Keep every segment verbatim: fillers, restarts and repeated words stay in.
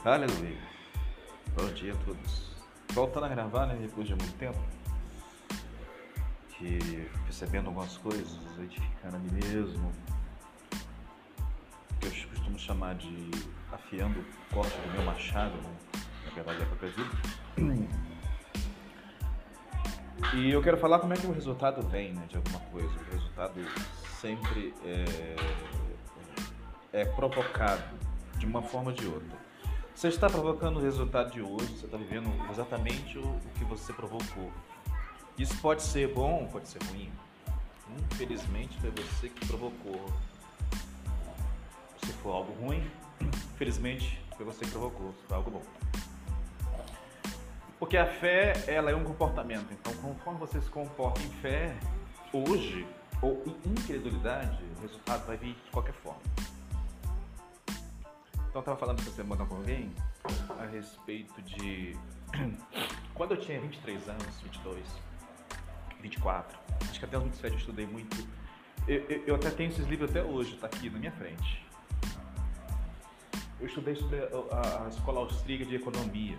Aleluia. Bom dia a todos. Voltando a gravar, né, depois de muito tempo, que percebendo algumas coisas, edificando a mim mesmo, que eu costumo chamar de afiando o corte do meu machado, né? Na verdade é a própria vida. E eu quero falar como é que o resultado vem, né, de alguma coisa. O resultado sempre é, é provocado de uma forma ou de outra. Você está provocando o resultado de hoje, você está vivendo exatamente o, o que você provocou. Isso pode ser bom, pode ser ruim. Infelizmente foi você que provocou. Se for algo ruim, infelizmente foi você que provocou. Se for algo bom. Porque a fé, ela é um comportamento. Então, conforme você se comporta em fé, hoje, ou em incredulidade, o resultado vai vir de qualquer forma. Então, eu estava falando essa semana com alguém a respeito de... Quando eu tinha vinte e três anos, vinte e dois, vinte e quatro, acho que até os vinte e sete eu estudei muito. Eu, eu, eu até tenho esses livros até hoje, está aqui na minha frente. Eu estudei sobre a, a escola austríaca de economia.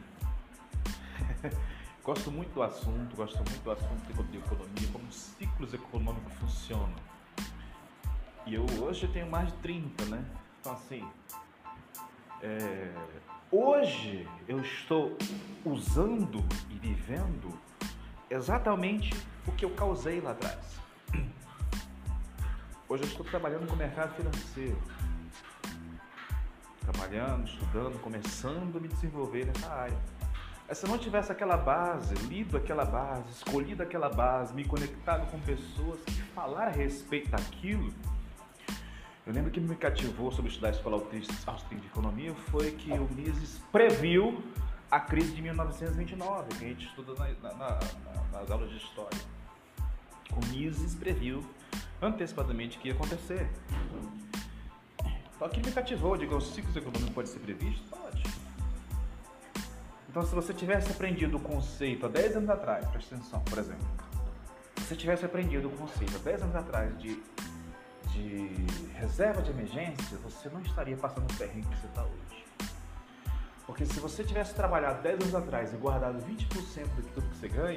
Gosto muito do assunto, gosto muito do assunto de economia, como os ciclos econômicos funcionam. E eu hoje tenho mais de trinta, né? Então assim, é... hoje eu estou usando e vivendo exatamente o que eu causei lá atrás. Hoje eu estou trabalhando com o mercado financeiro. Trabalhando, estudando, começando a me desenvolver nessa área. Se eu não tivesse aquela base, lido aquela base, escolhido aquela base, me conectado com pessoas que falaram a respeito daquilo, eu lembro que me cativou sobre estudar a Escola Austríaca de Economia foi que o Mises previu a crise de mil novecentos e vinte e nove, que a gente estuda na, na, na, nas aulas de história. O Mises previu antecipadamente o que ia acontecer. Então aquilo me cativou, digo, os ciclos econômicos podem ser previstos? Pode. Então, se você tivesse aprendido o conceito há dez anos atrás, presta atenção, por exemplo, se você tivesse aprendido o conceito há dez anos atrás de, de reserva de emergência, você não estaria passando o perrengue que você está hoje. Porque se você tivesse trabalhado dez anos atrás e guardado vinte por cento daquilo que você ganha,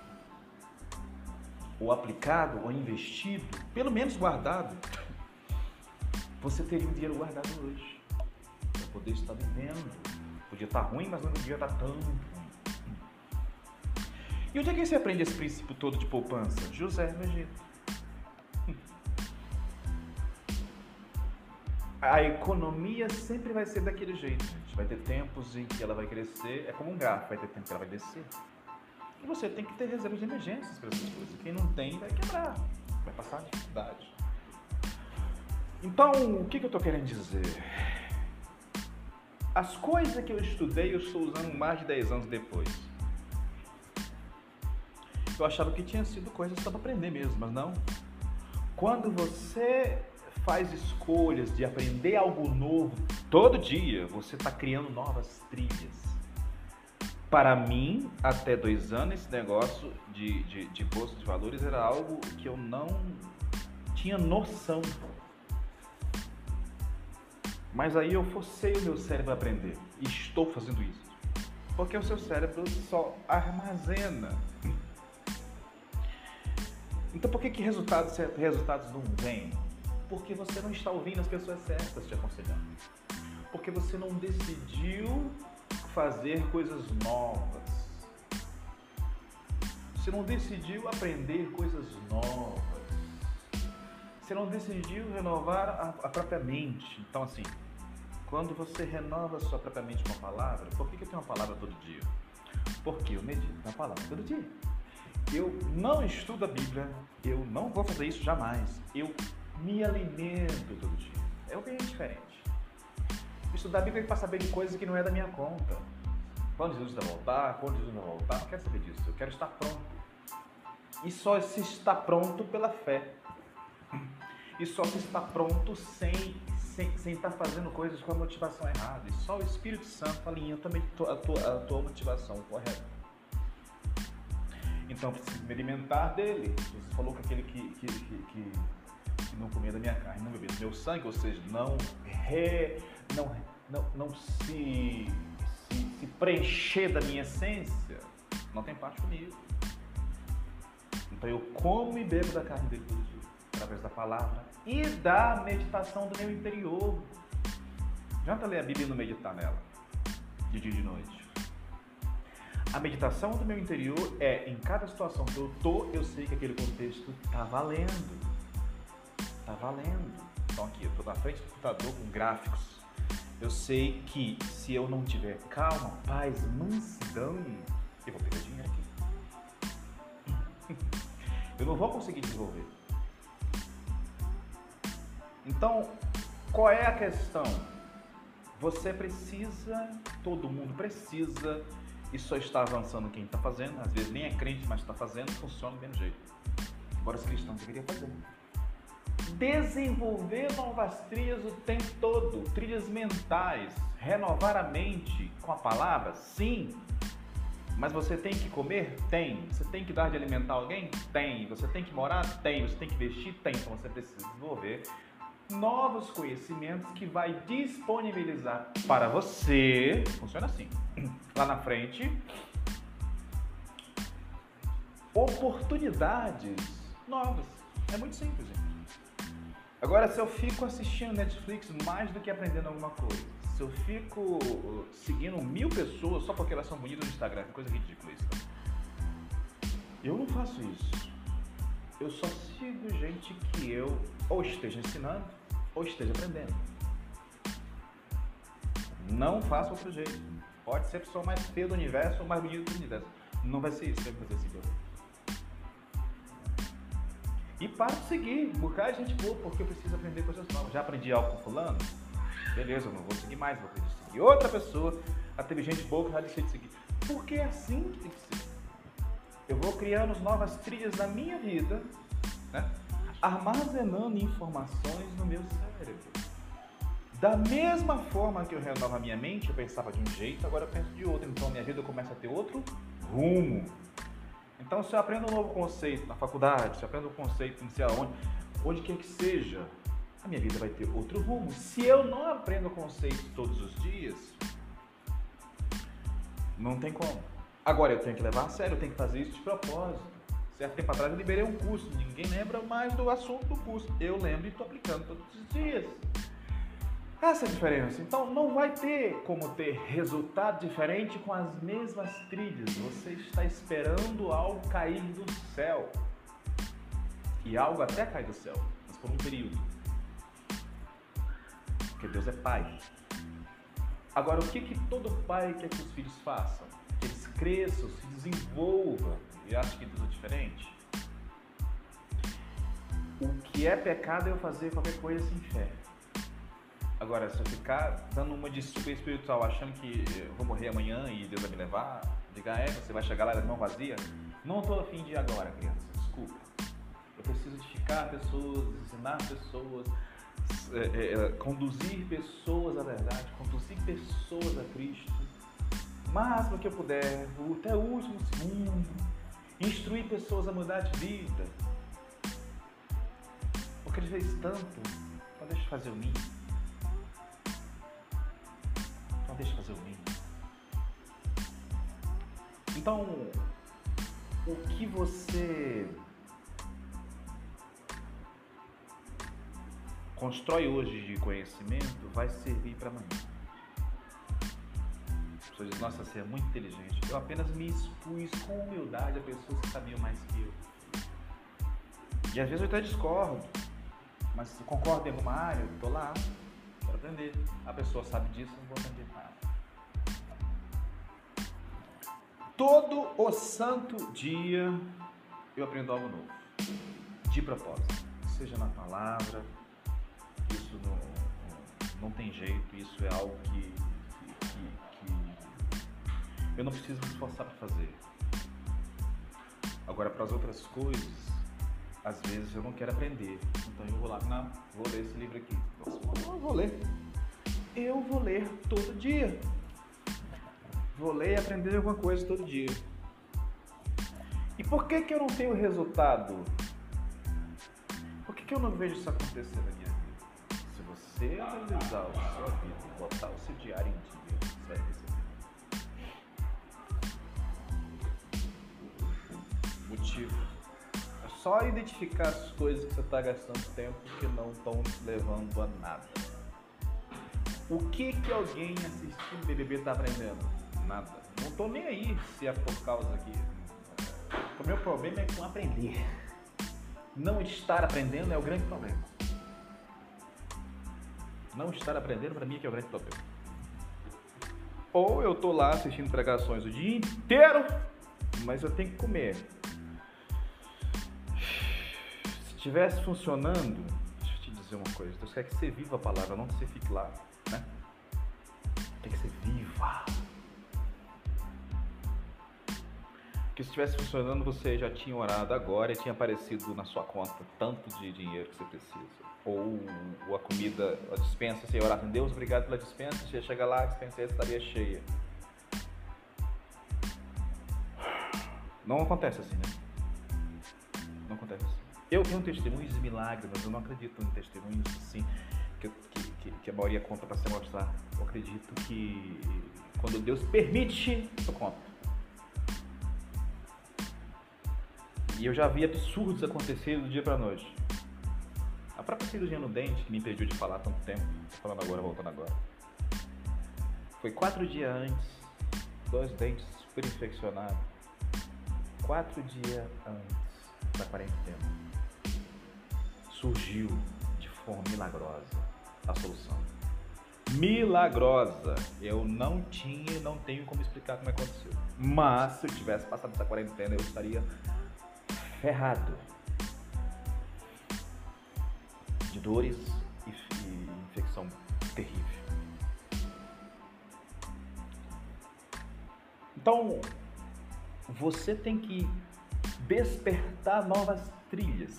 ou aplicado, ou investido, pelo menos guardado, você teria um dinheiro guardado hoje, para poder estar vivendo. Podia estar ruim, mas não podia estar tão ruim. E onde é que você aprende esse princípio todo de poupança? José no Egito. A economia sempre vai ser daquele jeito, gente. Vai ter tempos em que ela vai crescer, é como um grafo, vai ter tempo que ela vai descer. E você tem que ter reservas de emergências para essas coisas. Quem não tem vai quebrar, vai passar dificuldade. Então, o que, que eu estou querendo dizer? As coisas que eu estudei, eu estou usando mais de dez anos depois. Eu achava que tinha sido coisas só para aprender mesmo, mas não. Quando você faz escolhas de aprender algo novo todo dia, você está criando novas trilhas. Para mim, até dois anos, esse negócio de, de, de bolsa de valores era algo que eu não tinha noção. Mas aí eu forcei o meu cérebro a aprender. E estou fazendo isso. Porque o seu cérebro só armazena. Então por que, que resultados, resultados não vêm? Porque você não está ouvindo as pessoas certas te aconselhando. Porque você não decidiu fazer coisas novas. Você não decidiu aprender coisas novas. Você não decidiu renovar a, a própria mente. Então, assim, quando você renova a sua própria mente com a palavra, por que, que eu tenho uma palavra todo dia? Porque eu medito na palavra todo dia. Eu não estudo a Bíblia, eu não vou fazer isso jamais. Eu me alimento todo dia. É bem diferente. Estudar a Bíblia é para saber de coisas que não é da minha conta. Quando Jesus vai voltar, quando Jesus não vai voltar, não quero saber disso. Eu quero estar pronto. E só se está pronto pela fé. E só se está pronto sem, sem, sem estar fazendo coisas com a motivação errada. E só o Espírito Santo alinha também a tua, a tua motivação correta. Então, preciso me alimentar dele. Você falou que aquele que, que, que, que, que não comia da minha carne, não bebia do meu sangue, ou seja, não, re, não, não, não se se preencher da minha essência, não tem parte comigo. Então eu como e bebo da carne dele todo dia, através da palavra e da meditação do meu interior. Não adianta ler a Bíblia e não meditar nela, de dia e de noite. A meditação do meu interior é, em cada situação que eu tô, eu sei que aquele contexto tá valendo. Tá valendo. Então aqui, eu tô na frente do computador com gráficos. Eu sei que se eu não tiver calma, paz, mansidão, eu vou perder dinheiro aqui. Eu não vou conseguir desenvolver. Então, qual é a questão? Você precisa, todo mundo precisa, e só está avançando quem está fazendo, às vezes nem é crente, mas está fazendo, funciona do mesmo jeito. Agora os cristãos deveriam fazer. Desenvolver novas trilhas o tempo todo, trilhas mentais, renovar a mente com a palavra, sim. Mas você tem que comer? Tem. Você tem que dar de alimentar alguém? Tem. Você tem que morar? Tem. Você tem que vestir? Tem. Então você precisa desenvolver novos conhecimentos que vai disponibilizar para você, funciona assim, lá na frente, oportunidades novas. É muito simples, gente. Agora, se eu fico assistindo Netflix mais do que aprendendo alguma coisa, se eu fico seguindo mil pessoas só porque elas são bonitas no Instagram, que coisa ridícula isso. Eu não faço isso. Eu só sigo gente que eu ou esteja ensinando ou esteja aprendendo. Não faço outro jeito. Pode ser a pessoa mais feia do universo ou mais bonita do universo. Não vai ser isso, vai fazer assim. E para de seguir, um bocado de gente boa, porque eu preciso aprender coisas novas. Já aprendi algo com fulano? Beleza, eu não vou seguir mais, vou aprender a seguir outra pessoa. Já teve gente boa que eu já deixei de seguir. Porque é assim que tem que ser. Eu vou criando novas trilhas na minha vida, né? Armazenando informações no meu cérebro. Da mesma forma que eu renovo a minha mente, eu pensava de um jeito, agora eu penso de outro. Então a minha vida começa a ter outro rumo. Então se eu aprendo um novo conceito na faculdade, se eu aprendo um conceito não sei aonde, onde quer que seja, a minha vida vai ter outro rumo. Se eu não aprendo conceitos todos os dias, não tem como. Agora eu tenho que levar a sério, eu tenho que fazer isso de propósito. Certo tempo atrás eu liberei um curso, ninguém lembra mais do assunto do curso. Eu lembro e estou aplicando todos os dias. Essa é a diferença. Então não vai ter como ter resultado diferente com as mesmas trilhas. Você está esperando algo cair do céu. E algo até cair do céu, mas por um período. Porque Deus é Pai. Agora, o que, que todo pai quer que os filhos façam? Que eles cresçam, se desenvolvam. E acho que Deus é diferente. O que é pecado é eu fazer qualquer coisa sem fé. Agora, se eu ficar dando uma de super espiritual, achando que eu vou morrer amanhã e Deus vai me levar, diga, é, você vai chegar lá de mão vazia? Não estou a fim de ir agora, criança, desculpa. Eu preciso edificar pessoas, ensinar pessoas, é, é, conduzir pessoas à verdade, conduzir pessoas a Cristo, o máximo que eu puder, até o último segundo, instruir pessoas a mudar de vida. Porque ele fez tanto, então deixa eu fazer o mínimo. Então deixa eu fazer o mínimo. Então, o que você constrói hoje de conhecimento vai servir para amanhã. As pessoas dizem, nossa, você é muito inteligente. Eu apenas me expus com humildade a pessoas que sabiam mais que eu. E às vezes eu até discordo, mas se concordo em alguma área, eu estou lá, quero aprender. A pessoa sabe disso, eu não vou aprender nada. Todo o santo dia eu aprendo algo novo, de propósito, seja na palavra. Isso não, não tem jeito, isso é algo que, que, que eu não preciso me esforçar para fazer. Agora, para as outras coisas, às vezes eu não quero aprender, então eu vou lá, não, vou ler esse livro aqui. Eu vou ler. Eu vou ler todo dia. Vou ler e aprender alguma coisa todo dia. E por que que eu não tenho resultado? Por que que eu não vejo isso acontecer na minha vida? Se você analisar a sua vida e botar o seu diário em dia, você vai perceber. produtivo. É só identificar as coisas que você está gastando tempo que não estão te levando a nada. O que que alguém assistindo B B B está aprendendo? Nada. Não estou nem aí se é por causa que... O meu problema é com aprender. Não estar aprendendo é o grande problema. Não estar aprendendo para mim é que é o grande problema. Ou eu tô lá assistindo pregações o dia inteiro, mas eu tenho que comer. Se estivesse funcionando, deixa eu te dizer uma coisa, Deus quer que você viva a palavra, não que você fique lá, né? Tem que ser viva. Porque se estivesse funcionando, você já tinha orado agora e tinha aparecido na sua conta tanto de dinheiro que você precisa. Ou, ou a comida, a dispensa, você ia orar com Deus, obrigado pela dispensa, você ia chegar lá, a dispensa estaria cheia. Não acontece assim, né? Não acontece assim. Eu tenho testemunhos de milagres, mas eu não acredito em testemunhos assim, que, que, que a maioria conta para se mostrar. Eu acredito que quando Deus permite, eu conto. E eu já vi absurdos acontecerem do dia pra noite. A própria cirurgia no dente, que me impediu de falar há tanto tempo, tô falando agora, voltando agora. Foi quatro dias antes, dois dentes super infeccionados. Quatro dias antes da quarentena, surgiu de forma milagrosa a solução. Milagrosa! Eu não tinha, não tenho como explicar como aconteceu. Mas se eu tivesse passado essa quarentena, eu estaria ferrado de dores e, e infecção terrível. Então, você tem que despertar novas trilhas,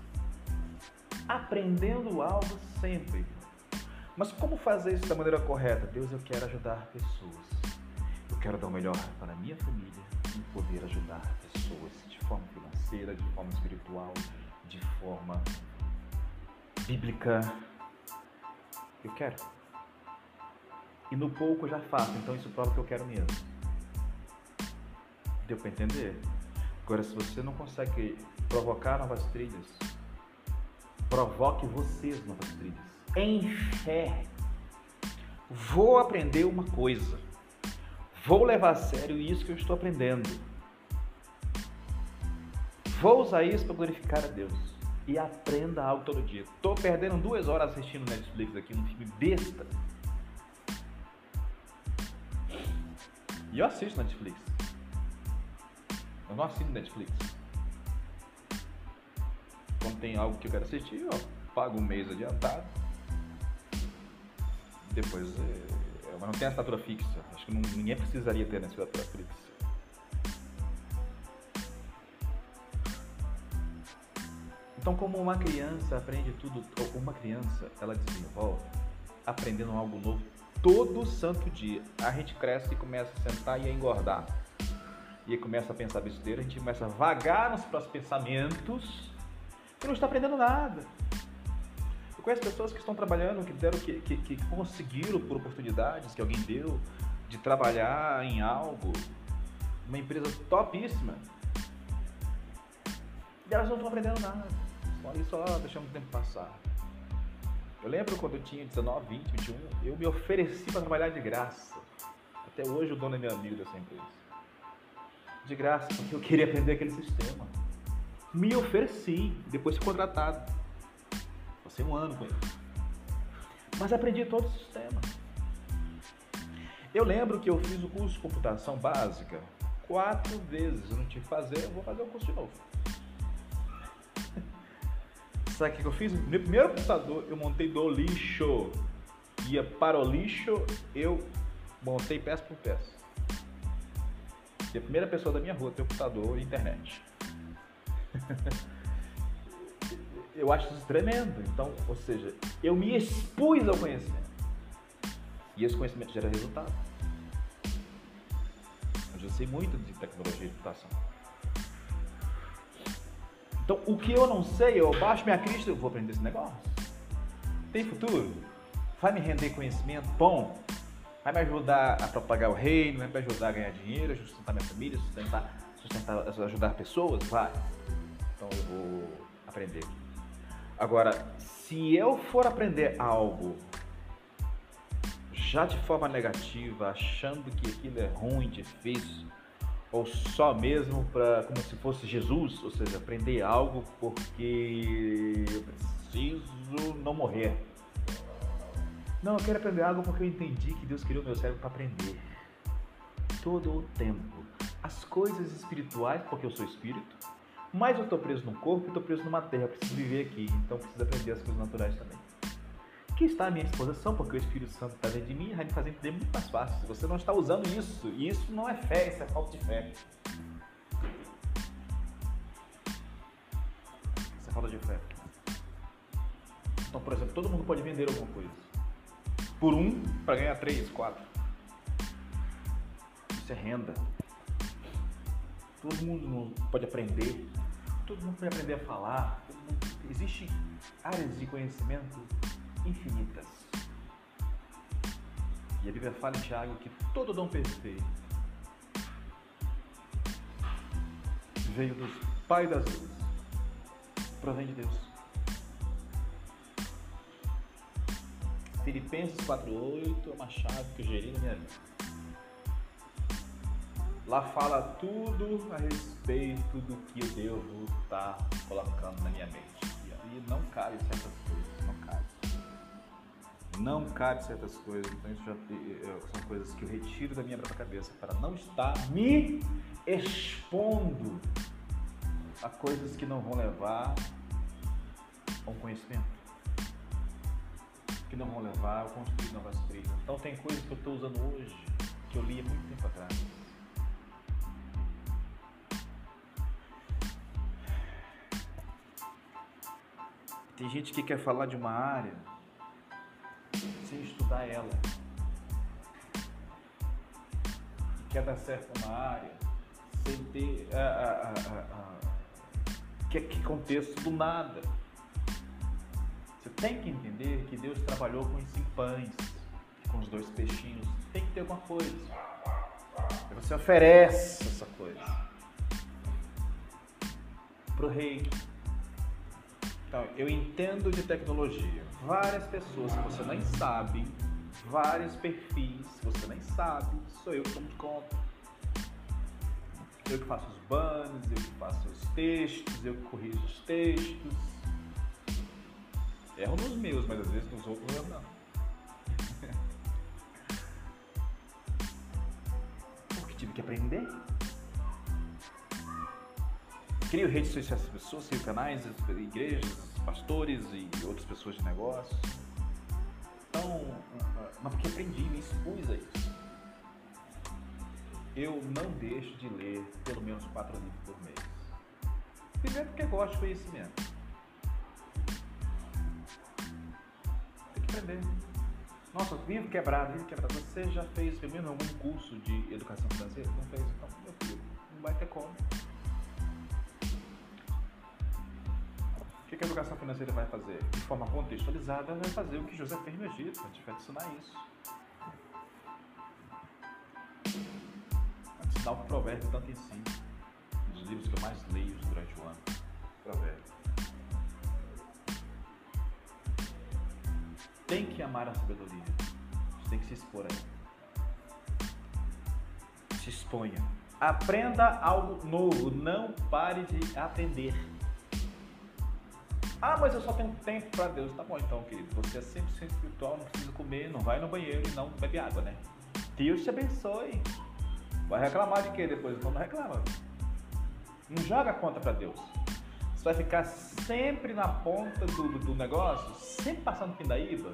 aprendendo algo sempre. Mas como fazer isso da maneira correta? Deus, eu quero ajudar pessoas. Eu quero dar o melhor para a minha família e poder ajudar pessoas de forma financeira, de forma espiritual, de forma bíblica. Eu quero. E no pouco eu já faço, então isso prova que eu quero mesmo. Deu para entender? Agora, se você não consegue provocar novas trilhas, provoque vocês novas trilhas. Em fé. Vou aprender uma coisa. Vou levar a sério isso que eu estou aprendendo. Vou usar isso para glorificar a Deus. E aprenda algo todo dia. Estou perdendo duas horas assistindo Netflix aqui, um filme besta. E eu assisto Netflix. Eu não assino Netflix. Quando tem algo que eu quero assistir, eu pago um mês adiantado. Depois, é, mas não tem assinatura fixa. Acho que não, ninguém precisaria ter assinatura fixa. Então, como uma criança aprende tudo, ou uma criança, ela desenvolve aprendendo algo novo todo santo dia. A gente cresce e começa a sentar e a engordar. E aí começa a pensar besteira, a gente começa a vagar nos próprios pensamentos e não está aprendendo nada. Eu conheço pessoas que estão trabalhando, que, deram, que, que, que conseguiram por oportunidades que alguém deu de trabalhar em algo, uma empresa topíssima, e elas não estão aprendendo nada. Estão ali só deixando o tempo passar. Eu lembro quando eu tinha dezenove, vinte, vinte e um, eu me ofereci para trabalhar de graça. Até hoje o dono é meu amigo dessa empresa. De graça, porque eu queria aprender aquele sistema. Me ofereci, depois fui contratado. Passei um ano com ele. Mas aprendi todo o sistema. Eu lembro que eu fiz o curso de computação básica quatro vezes. Eu não tinha que fazer, eu vou fazer o curso de novo. Sabe o que eu fiz? Meu primeiro computador eu montei do lixo. Ia para o lixo, eu montei peça por peça. E a primeira pessoa da minha rua tem um computador e internet. Eu acho isso tremendo. Então, ou seja, eu me expus ao conhecimento. E esse conhecimento gera resultado. Eu já sei muito de tecnologia de computação. Então, o que eu não sei, eu baixo minha crista, eu vou aprender esse negócio. Tem futuro? Vai me render conhecimento bom? Vai me ajudar a propagar o reino, vai me ajudar a ganhar dinheiro, a sustentar minha família, sustentar, sustentar, ajudar pessoas? Vai. Então eu vou aprender. Agora, se eu for aprender algo já de forma negativa, achando que aquilo é ruim, difícil, ou só mesmo para como se fosse Jesus, ou seja, aprender algo porque eu preciso não morrer. Não, eu quero aprender algo porque eu entendi que Deus criou meu cérebro para aprender. Todo o tempo. As coisas espirituais, porque eu sou espírito, mas eu estou preso num corpo e estou preso numa terra. Eu preciso viver aqui, então eu preciso aprender as coisas naturais também. Que está à minha disposição, porque o Espírito Santo está dentro de mim e vai me fazer entender muito mais fácil. Se você não está usando isso, e isso não é fé, isso é falta de fé. Isso é falta de fé. Então, por exemplo, todo mundo pode vender alguma coisa. Por um, para ganhar três, quatro. Isso é renda. Todo mundo pode aprender. Todo mundo pode aprender a falar. Existem áreas de conhecimento infinitas. E a Bíblia fala em Tiago que todo dom perfeito veio dos Pai das luzes, provém de Deus. Filipenses quatro oito é uma chave que eu gerei na minha vida. Lá fala tudo a respeito do que eu devo estar colocando na minha mente. E aí não cabe certas coisas, não cabe. Não cabe certas coisas, então isso já são coisas que eu retiro da minha própria cabeça para não estar me expondo a coisas que não vão levar a um conhecimento, que não vão levar a construir novas trilhas. Então tem coisas que eu estou usando hoje que eu li há muito tempo atrás. Tem gente que quer falar de uma área sem estudar ela. Quer dar certo numa área sem ter a, a, a, a, que, que contexto do nada. Você tem que entender que Deus trabalhou com os cinco pães, com os dois peixinhos. Tem que ter alguma coisa. E você oferece essa coisa para o rei. Então, eu entendo de tecnologia. Várias pessoas que você nem sabe, vários perfis que você nem sabe, sou eu que tomo de conta. Eu que faço os banners, eu que faço os textos, eu que corrijo os textos. Erro nos meus, mas às vezes nos outros eu não. Porque tive que aprender. Crio redes sociais para as pessoas, crio canais, igrejas, pastores e outras pessoas de negócio. Então, mas porque aprendi, me expus a isso. Eu não deixo de ler pelo menos quatro livros por mês. Primeiro porque gosto de conhecimento. Tem que aprender. Nossa, livro quebrado, livro quebrado. Você já fez pelo menos algum curso de educação financeira? Não fez? Então, meu filho, não vai ter como. O que a educação financeira vai fazer? De forma contextualizada, vai fazer o que José fez no Egito. A gente vai ensinar isso. Vai ensinar o que o provérbio tanto ensina. Um dos livros que eu mais leio durante o ano. Provérbio. Tem que amar a sabedoria. Você tem que se expor aí. Se exponha. Aprenda algo novo. Não pare de aprender. Ah, mas eu só tenho tempo para Deus. Tá bom então, querido. Você é cem por cento espiritual, não precisa comer, não vai no banheiro e não bebe água, né? Deus te abençoe. Vai reclamar de quê depois? Então não reclama. Não joga a conta para Deus. Você vai ficar sempre na ponta do, do, do negócio, sempre passando pindaíba.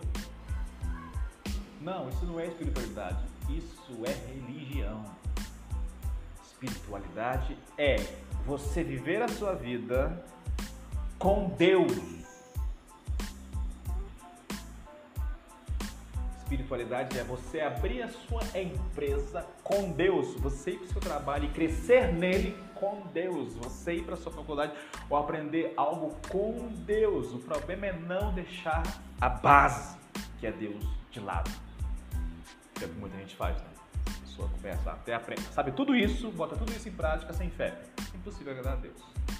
Não, isso não é espiritualidade. Isso é religião. Espiritualidade é você viver a sua vida com Deus. Espiritualidade é você abrir a sua empresa com Deus, você ir para o seu trabalho e crescer nele com Deus, você ir para a sua faculdade ou aprender algo com Deus. O problema é não deixar a base, que é Deus, de lado. Que é o que muita gente faz, né? pessoa começa até aprender, sabe tudo isso, bota tudo isso em prática sem fé. É impossível agradar a Deus.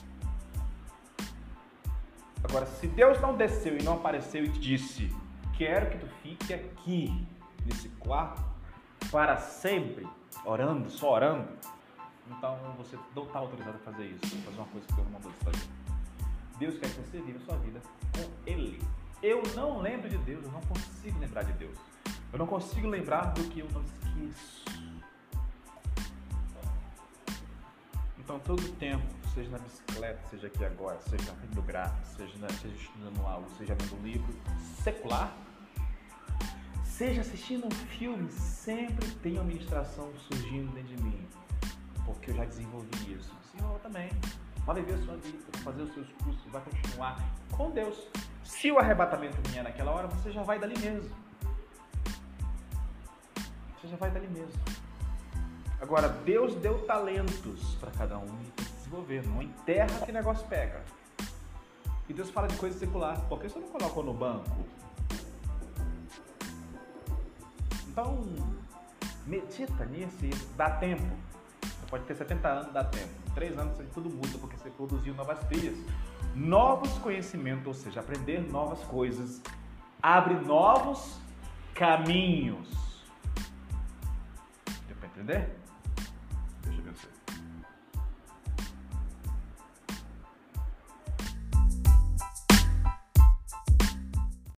Agora, se Deus não desceu e não apareceu e te disse, quero que tu fique aqui, nesse quarto, para sempre, orando, só orando, então você não está autorizado a fazer isso, fazer uma coisa que Deus não mandou você fazer. Deus quer que você viva a sua vida com Ele. Eu não lembro de Deus, eu não consigo lembrar de Deus. Eu não consigo lembrar do que eu não esqueço. Então, todo tempo, seja na bicicleta, seja aqui agora, seja na frente do gráfico, seja, na, seja estudando algo, seja lendo um livro secular, seja assistindo um filme, sempre tem uma ministração surgindo dentro de mim. Porque eu já desenvolvi isso. O Senhor também. Vai viver a sua vida, vai fazer os seus cursos, vai continuar com Deus. Se o arrebatamento vier naquela hora, você já vai dali mesmo. Você já vai dali mesmo. Agora, Deus deu talentos para cada um e tem que desenvolver. Não enterra que negócio pega. E Deus fala de coisa secular. Por que você não colocou no banco? Então, medita nisso e dá tempo. Você pode ter setenta anos, dá tempo. Três anos tudo muda porque você produziu novas trilhas. Novos conhecimentos, ou seja, aprender novas coisas, abre novos caminhos. Deu para entender?